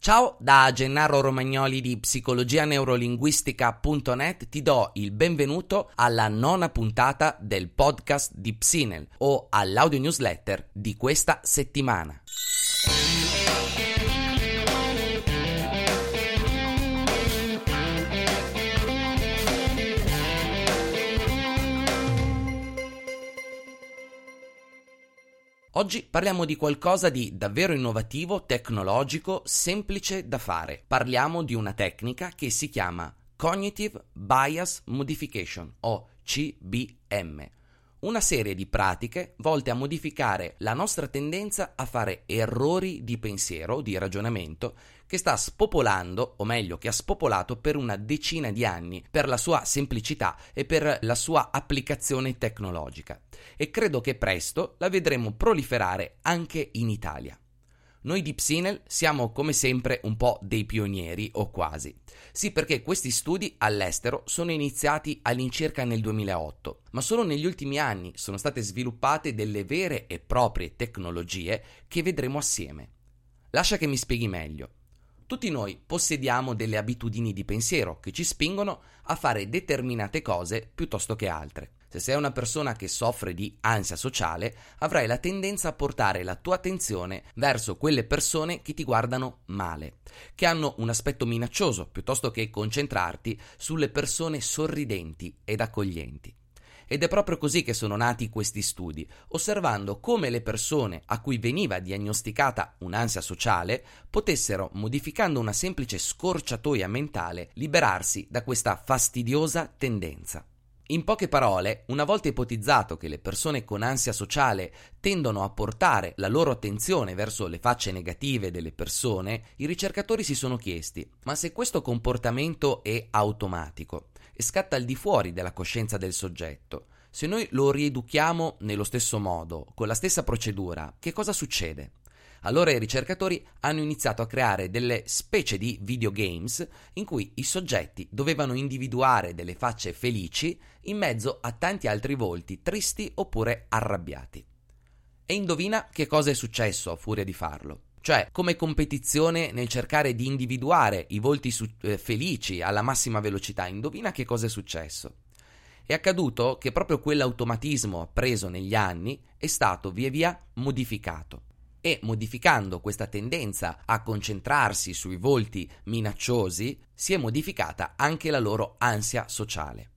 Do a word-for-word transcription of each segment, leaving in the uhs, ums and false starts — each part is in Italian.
Ciao, da Gennaro Romagnoli di psicologia neurolinguistica punto net ti do il benvenuto alla nona puntata del podcast di Psinel o all'audio newsletter di questa settimana. Oggi parliamo di qualcosa di davvero innovativo, tecnologico, semplice da fare. Parliamo di una tecnica che si chiama Cognitive Bias Modification o C B M. Una serie di pratiche volte a modificare la nostra tendenza a fare errori di pensiero, di ragionamento, che sta spopolando, o meglio che ha spopolato per una decina di anni, per la sua semplicità e per la sua applicazione tecnologica. E credo che presto la vedremo proliferare anche in Italia. Noi di Psinel siamo come sempre un po' dei pionieri, o quasi. Sì, perché questi studi all'estero sono iniziati all'incirca nel duemilaotto, ma solo negli ultimi anni sono state sviluppate delle vere e proprie tecnologie che vedremo assieme. Lascia che mi spieghi meglio. Tutti noi possediamo delle abitudini di pensiero che ci spingono a fare determinate cose piuttosto che altre. Se sei una persona che soffre di ansia sociale, avrai la tendenza a portare la tua attenzione verso quelle persone che ti guardano male, che hanno un aspetto minaccioso, piuttosto che concentrarti sulle persone sorridenti ed accoglienti. Ed è proprio così che sono nati questi studi, osservando come le persone a cui veniva diagnosticata un'ansia sociale potessero, modificando una semplice scorciatoia mentale, liberarsi da questa fastidiosa tendenza. In poche parole, una volta ipotizzato che le persone con ansia sociale tendono a portare la loro attenzione verso le facce negative delle persone, i ricercatori si sono chiesti: ma se questo comportamento è automatico e scatta al di fuori della coscienza del soggetto, se noi lo rieduchiamo nello stesso modo, con la stessa procedura, che cosa succede? Allora i ricercatori hanno iniziato a creare delle specie di videogames in cui i soggetti dovevano individuare delle facce felici in mezzo a tanti altri volti tristi oppure arrabbiati. E indovina che cosa è successo a furia di farlo? Cioè, come competizione nel cercare di individuare i volti su- eh, felici alla massima velocità, indovina che cosa è successo? È accaduto che proprio quell'automatismo appreso negli anni è stato via via modificato. E modificando questa tendenza a concentrarsi sui volti minacciosi, si è modificata anche la loro ansia sociale.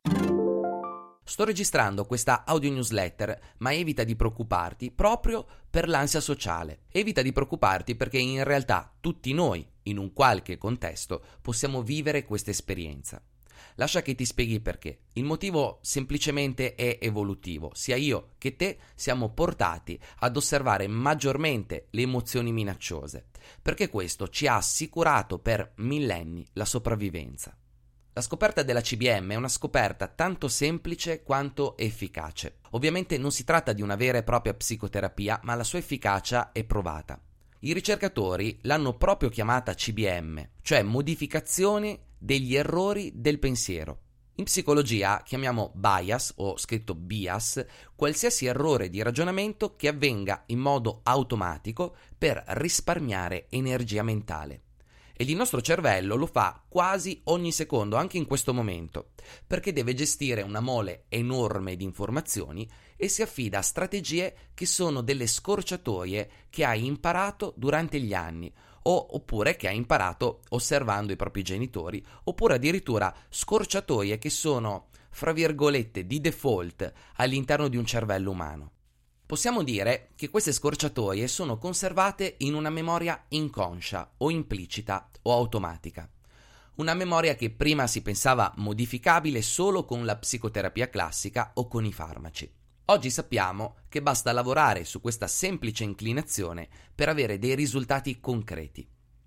Sto registrando questa audio newsletter, ma evita di preoccuparti proprio per l'ansia sociale. Evita di preoccuparti perché in realtà tutti noi, in un qualche contesto, possiamo vivere questa esperienza. Lascia che ti spieghi perché. Il motivo semplicemente è evolutivo. Sia io che te siamo portati ad osservare maggiormente le emozioni minacciose, perché questo ci ha assicurato per millenni la sopravvivenza. La scoperta della C B M è una scoperta tanto semplice quanto efficace. Ovviamente non si tratta di una vera e propria psicoterapia, ma la sua efficacia è provata. I ricercatori l'hanno proprio chiamata C B M, cioè modificazione degli errori del pensiero. In psicologia chiamiamo bias, o scritto bias, qualsiasi errore di ragionamento che avvenga in modo automatico per risparmiare energia mentale. E il nostro cervello lo fa quasi ogni secondo, anche in questo momento, perché deve gestire una mole enorme di informazioni e si affida a strategie che sono delle scorciatoie che hai imparato durante gli anni, o oppure che hai imparato osservando i propri genitori, oppure addirittura scorciatoie che sono, fra virgolette, di default all'interno di un cervello umano. Possiamo dire che queste scorciatoie sono conservate in una memoria inconscia o implicita o automatica. Una memoria che prima si pensava modificabile solo con la psicoterapia classica o con i farmaci. Oggi sappiamo che basta lavorare su questa semplice inclinazione per avere dei risultati concreti.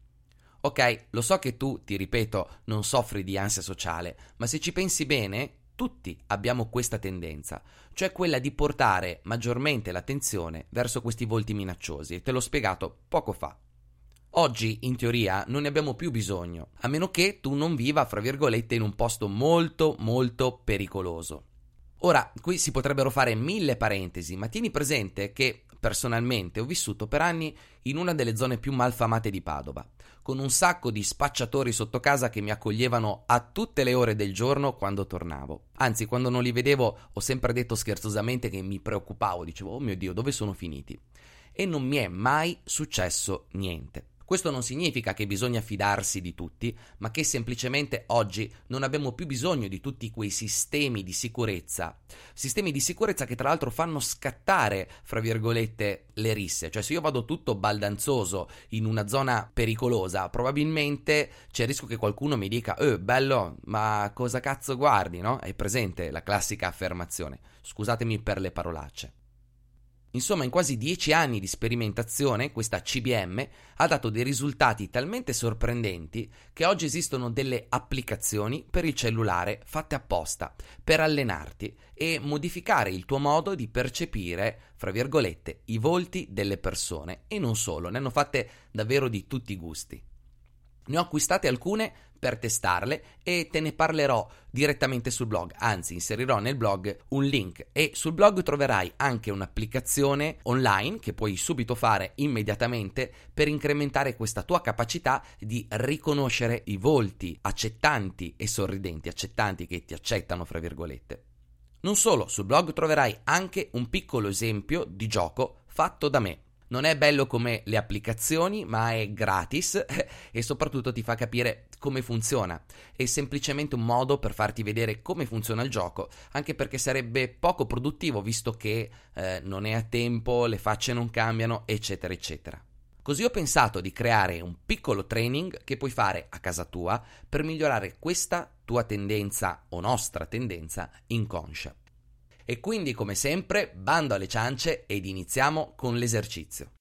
Ok, lo so che tu, ti ripeto, non soffri di ansia sociale, ma se ci pensi bene, tutti abbiamo questa tendenza, cioè quella di portare maggiormente l'attenzione verso questi volti minacciosi, e te l'ho spiegato poco fa. Oggi, in teoria, non ne abbiamo più bisogno, a meno che tu non viva, fra virgolette, in un posto molto, molto pericoloso. Ora, qui si potrebbero fare mille parentesi, ma tieni presente che personalmente ho vissuto per anni in una delle zone più malfamate di Padova, con un sacco di spacciatori sotto casa che mi accoglievano a tutte le ore del giorno quando tornavo. Anzi, quando non li vedevo ho sempre detto scherzosamente che mi preoccupavo, dicevo "Oh mio Dio, dove sono finiti?" E non mi è mai successo niente. Questo non significa che bisogna fidarsi di tutti, ma che semplicemente oggi non abbiamo più bisogno di tutti quei sistemi di sicurezza, sistemi di sicurezza che tra l'altro fanno scattare, fra virgolette, le risse. Cioè, se io vado tutto baldanzoso in una zona pericolosa, probabilmente c'è il rischio che qualcuno mi dica "Eh, bello, ma cosa cazzo guardi", no? È presente la classica affermazione. Scusatemi per le parolacce. Insomma, in quasi dieci anni di sperimentazione, questa C B M ha dato dei risultati talmente sorprendenti che oggi esistono delle applicazioni per il cellulare fatte apposta per allenarti e modificare il tuo modo di percepire, fra virgolette, i volti delle persone. E non solo, ne hanno fatte davvero di tutti i gusti. Ne ho acquistate alcune per testarle e te ne parlerò direttamente sul blog, anzi inserirò nel blog un link e sul blog troverai anche un'applicazione online che puoi subito fare immediatamente per incrementare questa tua capacità di riconoscere i volti accettanti e sorridenti, accettanti che ti accettano fra virgolette. Non solo, sul blog troverai anche un piccolo esempio di gioco fatto da me. Non è bello come le applicazioni, ma è gratis e soprattutto ti fa capire come funziona. È semplicemente un modo per farti vedere come funziona il gioco, anche perché sarebbe poco produttivo visto che eh, non è a tempo, le facce non cambiano, eccetera, eccetera. Così ho pensato di creare un piccolo training che puoi fare a casa tua per migliorare questa tua tendenza o nostra tendenza inconscia. E quindi, come sempre, bando alle ciance ed iniziamo con l'esercizio.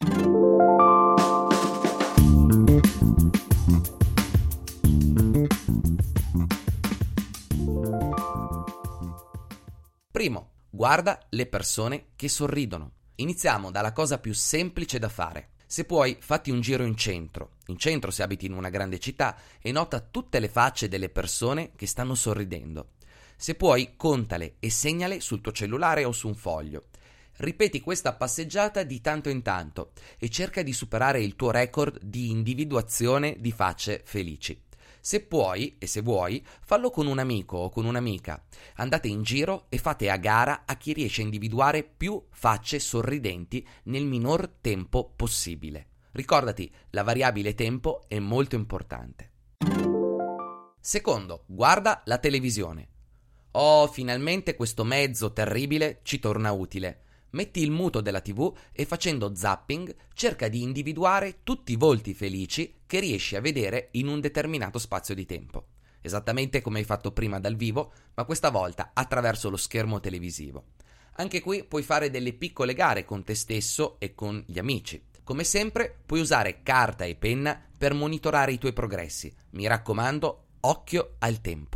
Primo, guarda le persone che sorridono. Iniziamo dalla cosa più semplice da fare. Se puoi, fatti un giro in centro, in centro se abiti in una grande città, e nota tutte le facce delle persone che stanno sorridendo. Se puoi, contale e segnale sul tuo cellulare o su un foglio. Ripeti questa passeggiata di tanto in tanto e cerca di superare il tuo record di individuazione di facce felici. Se puoi e se vuoi, fallo con un amico o con un'amica. Andate in giro e fate a gara a chi riesce a individuare più facce sorridenti nel minor tempo possibile. Ricordati, la variabile tempo è molto importante. Secondo, guarda la televisione. Oh, finalmente questo mezzo terribile ci torna utile. Metti il muto della tivù e facendo zapping cerca di individuare tutti i volti felici che riesci a vedere in un determinato spazio di tempo. Esattamente come hai fatto prima dal vivo, ma questa volta attraverso lo schermo televisivo. Anche qui puoi fare delle piccole gare con te stesso e con gli amici. Come sempre, puoi usare carta e penna per monitorare i tuoi progressi. Mi raccomando, occhio al tempo.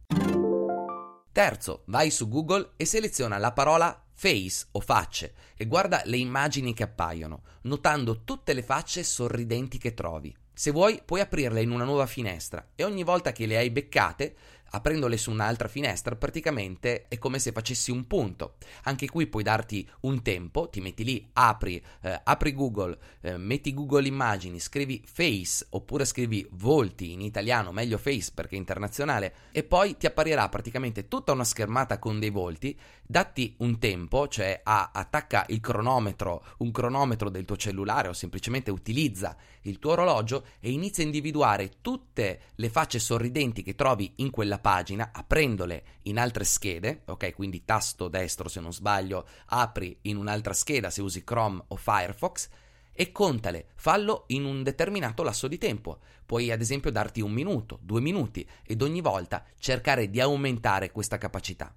Terzo, vai su Google e seleziona la parola face o facce e guarda le immagini che appaiono, notando tutte le facce sorridenti che trovi. Se vuoi, puoi aprirle in una nuova finestra e ogni volta che le hai beccate, aprendole su un'altra finestra, praticamente è come se facessi un punto. Anche qui puoi darti un tempo, ti metti lì, apri, eh, apri Google, eh, metti Google Immagini, scrivi face oppure scrivi volti in italiano, meglio face perché è internazionale, e poi ti apparirà praticamente tutta una schermata con dei volti. Datti un tempo, cioè a, attacca il cronometro, un cronometro del tuo cellulare o semplicemente utilizza il tuo orologio e inizia a individuare tutte le facce sorridenti che trovi in quella pagina, aprendole in altre schede, ok? Quindi tasto destro se non sbaglio, apri in un'altra scheda se usi Chrome o Firefox e contale, fallo in un determinato lasso di tempo. Puoi ad esempio darti un minuto, due minuti ed ogni volta cercare di aumentare questa capacità.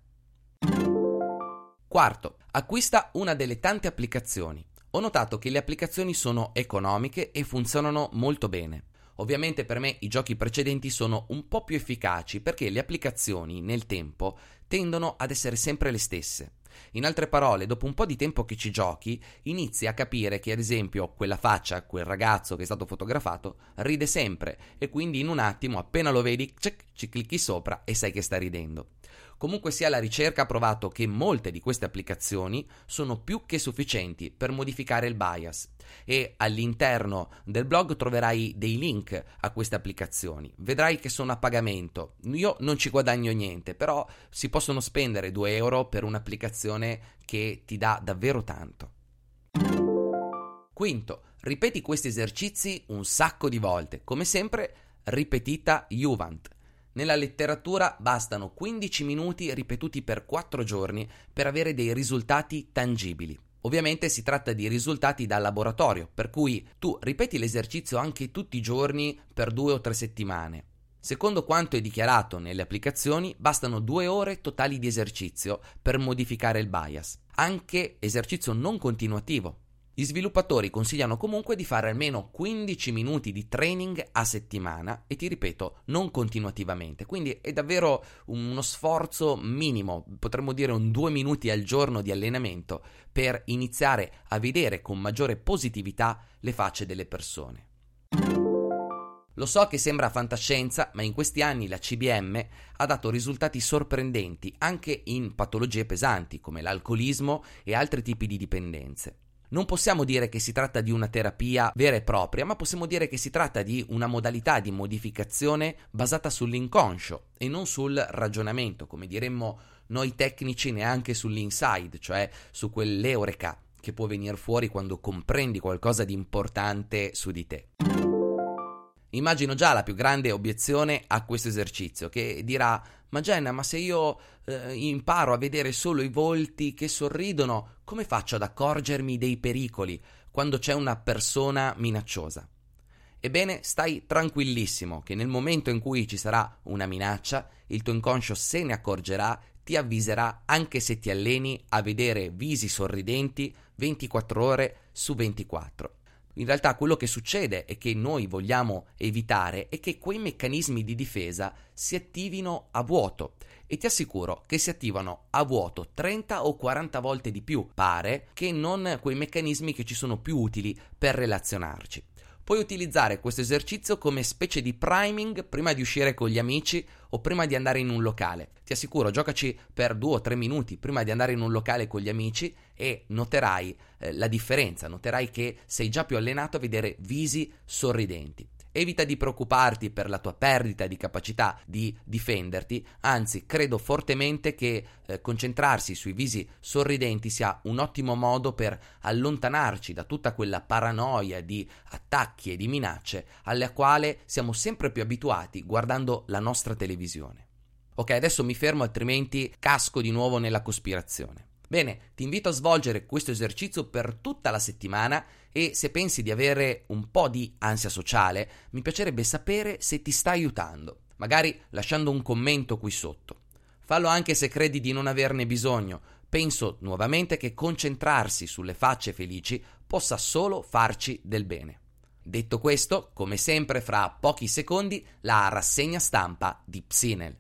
Quarto, acquista una delle tante applicazioni. Ho notato che le applicazioni sono economiche e funzionano molto bene. Ovviamente per me i giochi precedenti sono un po' più efficaci perché le applicazioni nel tempo tendono ad essere sempre le stesse. In altre parole, dopo un po' di tempo che ci giochi, inizi a capire che ad esempio quella faccia, quel ragazzo che è stato fotografato, ride sempre e quindi in un attimo, appena lo vedi, cic, ci clicchi sopra e sai che sta ridendo. Comunque sia, la ricerca ha provato che molte di queste applicazioni sono più che sufficienti per modificare il bias e all'interno del blog troverai dei link a queste applicazioni. Vedrai che sono a pagamento. Io non ci guadagno niente, però si possono spendere due euro per un'applicazione che ti dà davvero tanto. Quinto, ripeti questi esercizi un sacco di volte. Come sempre, ripetita iuvant. Nella letteratura bastano quindici minuti ripetuti per quattro giorni per avere dei risultati tangibili. Ovviamente si tratta di risultati da laboratorio, per cui tu ripeti l'esercizio anche tutti i giorni per due o tre settimane. Secondo quanto è dichiarato nelle applicazioni, bastano due ore totali di esercizio per modificare il bias, anche esercizio non continuativo. Gli sviluppatori consigliano comunque di fare almeno quindici minuti di training a settimana e ti ripeto, non continuativamente, quindi è davvero uno sforzo minimo, potremmo dire un due minuti al giorno di allenamento per iniziare a vedere con maggiore positività le facce delle persone. Lo so che sembra fantascienza, ma in questi anni la C B M ha dato risultati sorprendenti anche in patologie pesanti come l'alcolismo e altri tipi di dipendenze. Non possiamo dire che si tratta di una terapia vera e propria, ma possiamo dire che si tratta di una modalità di modificazione basata sull'inconscio e non sul ragionamento, come diremmo noi tecnici, neanche sull'inside, cioè su quell'eureka che può venire fuori quando comprendi qualcosa di importante su di te. Immagino già la più grande obiezione a questo esercizio, che dirà: ma Jenna, ma se io eh, imparo a vedere solo i volti che sorridono, come faccio ad accorgermi dei pericoli quando c'è una persona minacciosa? Ebbene, stai tranquillissimo che nel momento in cui ci sarà una minaccia, il tuo inconscio se ne accorgerà, ti avviserà, anche se ti alleni a vedere visi sorridenti ventiquattro ore su ventiquattro. In realtà quello che succede e che noi vogliamo evitare è che quei meccanismi di difesa si attivino a vuoto, e ti assicuro che si attivano a vuoto trenta o quaranta volte di più, pare, che non quei meccanismi che ci sono più utili per relazionarci. Puoi utilizzare questo esercizio come specie di priming prima di uscire con gli amici o prima di andare in un locale. Ti assicuro, giocaci per due o tre minuti prima di andare in un locale con gli amici e noterai eh, la differenza, noterai che sei già più allenato a vedere visi sorridenti. Evita di preoccuparti per la tua perdita di capacità di difenderti, anzi credo fortemente che eh, concentrarsi sui visi sorridenti sia un ottimo modo per allontanarci da tutta quella paranoia di attacchi e di minacce alla quale siamo sempre più abituati guardando la nostra televisione. Ok, adesso mi fermo, altrimenti casco di nuovo nella cospirazione. Bene, ti invito a svolgere questo esercizio per tutta la settimana e se pensi di avere un po' di ansia sociale, mi piacerebbe sapere se ti sta aiutando, magari lasciando un commento qui sotto. Fallo anche se credi di non averne bisogno. Penso nuovamente che concentrarsi sulle facce felici possa solo farci del bene. Detto questo, come sempre fra pochi secondi, la rassegna stampa di Psinel.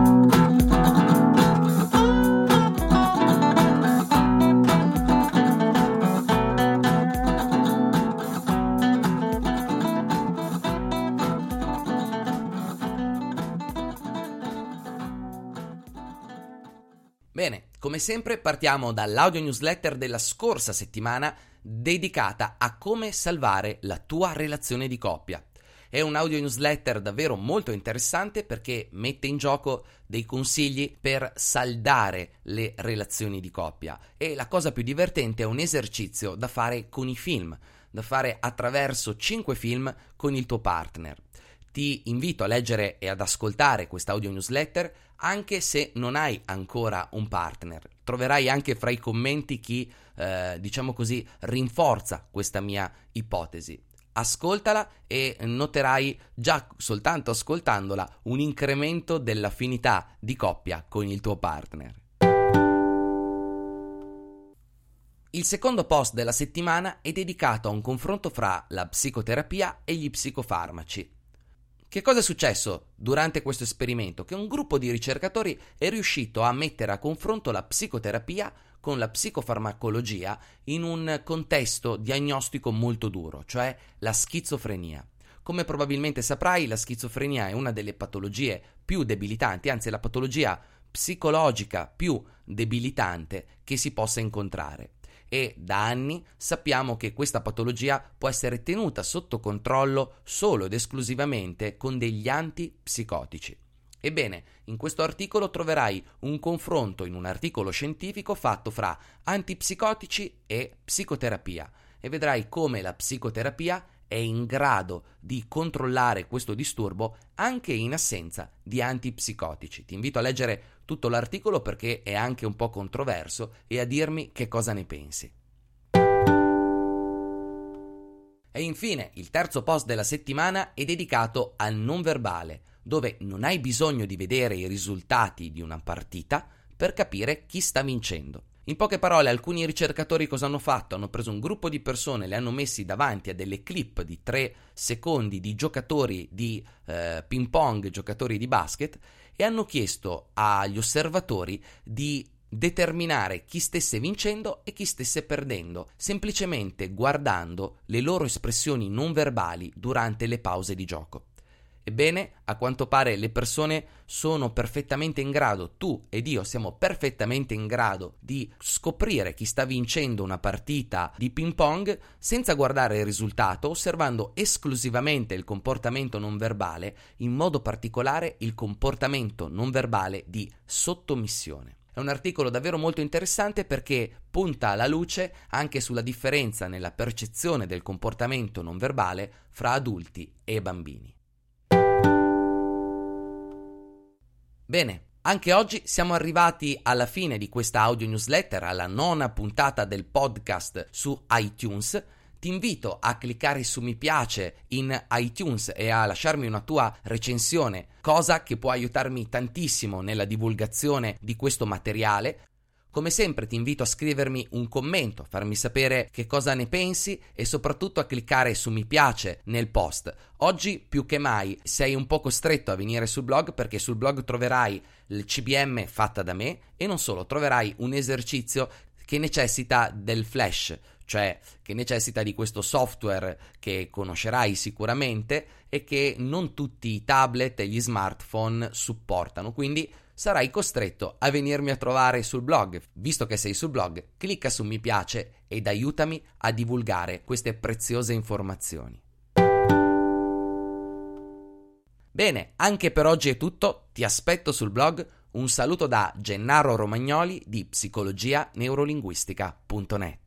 Bene, come sempre partiamo dall'audio newsletter della scorsa settimana dedicata a come salvare la tua relazione di coppia. È un audio newsletter davvero molto interessante perché mette in gioco dei consigli per saldare le relazioni di coppia e la cosa più divertente è un esercizio da fare con i film, da fare attraverso cinque film con il tuo partner. Ti invito a leggere e ad ascoltare quest'audio newsletter anche se non hai ancora un partner. Troverai anche fra i commenti chi, eh, diciamo così, rinforza questa mia ipotesi. Ascoltala e noterai già soltanto ascoltandola un incremento dell'affinità di coppia con il tuo partner. Il secondo post della settimana è dedicato a un confronto fra la psicoterapia e gli psicofarmaci. Che cosa è successo durante questo esperimento? Che un gruppo di ricercatori è riuscito a mettere a confronto la psicoterapia con la psicofarmacologia in un contesto diagnostico molto duro, cioè la schizofrenia. Come probabilmente saprai, la schizofrenia è una delle patologie più debilitanti, anzi è la patologia psicologica più debilitante che si possa incontrare. E da anni sappiamo che questa patologia può essere tenuta sotto controllo solo ed esclusivamente con degli antipsicotici. Ebbene, in questo articolo troverai un confronto in un articolo scientifico fatto fra antipsicotici e psicoterapia e vedrai come la psicoterapia è in grado di controllare questo disturbo anche in assenza di antipsicotici. Ti invito a leggere tutto l'articolo perché è anche un po' controverso e a dirmi che cosa ne pensi. E infine, il terzo post della settimana è dedicato al non verbale, dove non hai bisogno di vedere i risultati di una partita per capire chi sta vincendo. In poche parole, alcuni ricercatori cosa hanno fatto? Hanno preso un gruppo di persone, le hanno messi davanti a delle clip di tre secondi di giocatori di eh, ping pong, giocatori di basket, e hanno chiesto agli osservatori di determinare chi stesse vincendo e chi stesse perdendo, semplicemente guardando le loro espressioni non verbali durante le pause di gioco. Ebbene, a quanto pare le persone sono perfettamente in grado, tu ed io siamo perfettamente in grado di scoprire chi sta vincendo una partita di ping pong senza guardare il risultato, osservando esclusivamente il comportamento non verbale, in modo particolare il comportamento non verbale di sottomissione. È un articolo davvero molto interessante perché punta la luce anche sulla differenza nella percezione del comportamento non verbale fra adulti e bambini. Bene, anche oggi siamo arrivati alla fine di questa audio newsletter, alla nona puntata del podcast su iTunes. Ti invito a cliccare su mi piace in iTunes e a lasciarmi una tua recensione, cosa che può aiutarmi tantissimo nella divulgazione di questo materiale. Come sempre ti invito a scrivermi un commento, farmi sapere che cosa ne pensi e soprattutto a cliccare su mi piace nel post. Oggi più che mai sei un po' costretto a venire sul blog perché sul blog troverai il C B M fatta da me e non solo, troverai un esercizio che necessita del flash, cioè che necessita di questo software che conoscerai sicuramente e che non tutti i tablet e gli smartphone supportano, quindi sarai costretto a venirmi a trovare sul blog. Visto che sei sul blog, clicca su mi piace ed aiutami a divulgare queste preziose informazioni. Bene, anche per oggi è tutto, ti aspetto sul blog. Un saluto da Gennaro Romagnoli di psicologia neurolinguistica punto net.